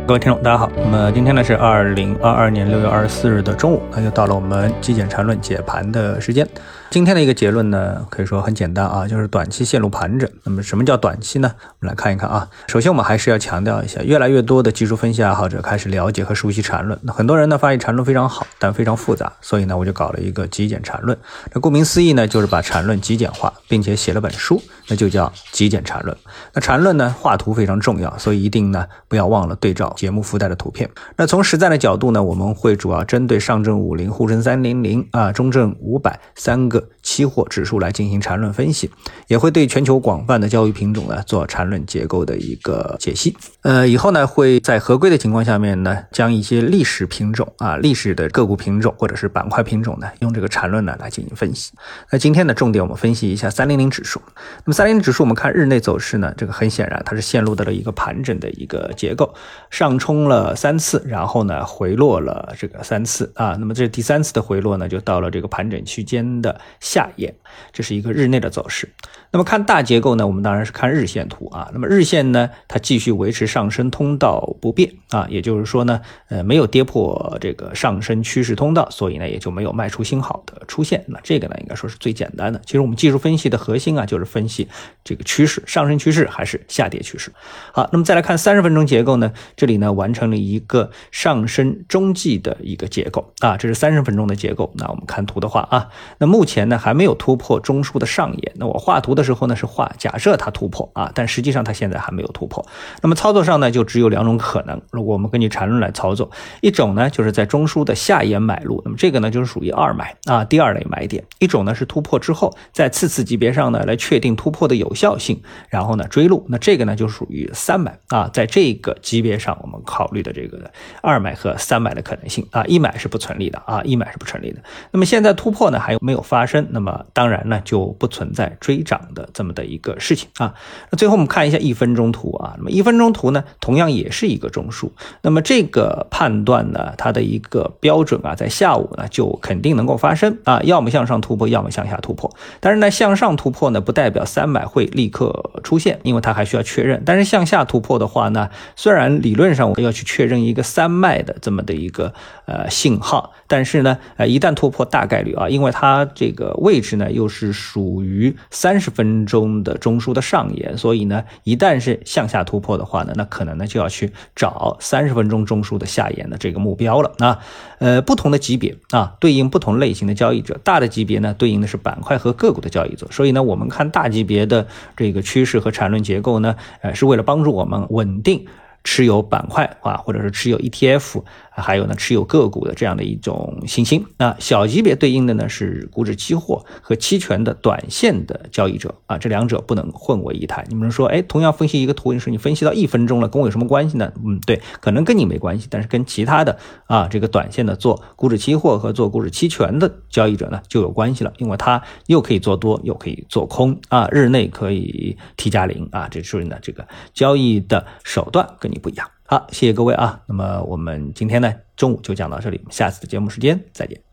各位听众大家好，那么今天呢是2022年6月24日的中午，那又到了我们极简缠论解盘的时间。今天的一个结论呢可以说很简单啊，就是短期线路盘整。那么什么叫短期呢？我们来看一看啊。首先我们还是要强调一下，越来越多的技术分析爱好者开始了解和熟悉缠论。那很多人呢发现缠论非常好，但非常复杂，所以呢我就搞了一个极简缠论。那顾名思义呢，就是把缠论极简化，并且写了本书，那就叫极简缠论。那缠论呢画图非常重要，所以一定呢不要忘了对照节目附带的图片。那从实战的角度呢，我们会主要针对上证50、沪深300、中证500三个期货指数来进行缠论分析，也会对全球广泛的交易品种呢做缠论结构的一个解析。以后呢会在合规的情况下面呢，将一些历史品种历史的个股品种或者是板块品种呢，用这个缠论呢来进行分析。那今天的重点我们分析一下300指数。那么300指数我们看日内走势呢，这个很显然它是陷入到了一个盘整的一个结构，上冲了3次，然后呢回落了这个3次那么这第3次的回落呢，就到了这个盘整区间的下沿，这是一个日内的走势。那么看大结构呢，我们当然是看日线图那么日线呢，它继续维持上升通道不变也就是说呢，没有跌破这个上升趋势通道，所以呢也就没有卖出信号的出现。那这个呢应该说是最简单的。其实我们技术分析的核心就是分析这个趋势，上升趋势还是下跌趋势。好，那么再来看30分钟结构呢，这里呢完成了一个上升中继的一个结构这是30分钟的结构。那我们看图的话那目前呢还没有突破中枢的上沿。那我画图的时候呢是画假设它突破但实际上它现在还没有突破。那么操作上呢就只有2种可能，如果我们根据缠论来操作，一种呢就是在中枢的下沿买入，那么这个呢就是属于二买第二类买点。一种呢是突破之后在次次级别上呢来确定突破的有效性，然后呢追入，那这个呢就属于3买在这个级别上我们考虑的这个2买和3买的可能性1买是不成立的1买是不成立的。那么现在突破呢还没有发生，那么当然呢就不存在追涨的这么的一个事情那最后我们看一下1分钟图那么1分钟图呢同样也是一个中枢。那么这个判断呢，它的一个标准在下午呢就肯定能够发生要么向上突破，要么向下突破。但是呢向上突破呢不代表3买会立刻出现，因为它还需要确认。但是向下突破的话呢，虽然理论上我们要去确认一个3卖的这么的一个信号，但是呢一旦突破大概率因为它这个位置呢又是属于30分钟的中枢的上沿，所以呢一旦是向下突破的话呢，那可能呢就要去找30分钟中枢的下沿的这个目标了不同的级别对应不同类型的交易者，大的级别呢对应的是板块和个股的交易者。所以呢我们看大级别的这个趋势和缠论结构呢是为了帮助我们稳定持有板块或者是持有 ETF， 还有呢持有个股的这样的一种信心。那小级别对应的呢是股指期货和期权的短线的交易者这两者不能混为一谈。你们说同样分析一个图，你分析到1分钟了，跟我有什么关系呢？对，可能跟你没关系，但是跟其他的这个短线的做股指期货和做股指期权的交易者呢就有关系了，因为它又可以做多又可以做空日内可以 T+0这是呢这个交易的手段跟你不一样。好，谢谢各位那么我们今天呢中午就讲到这里，下次的节目时间再见。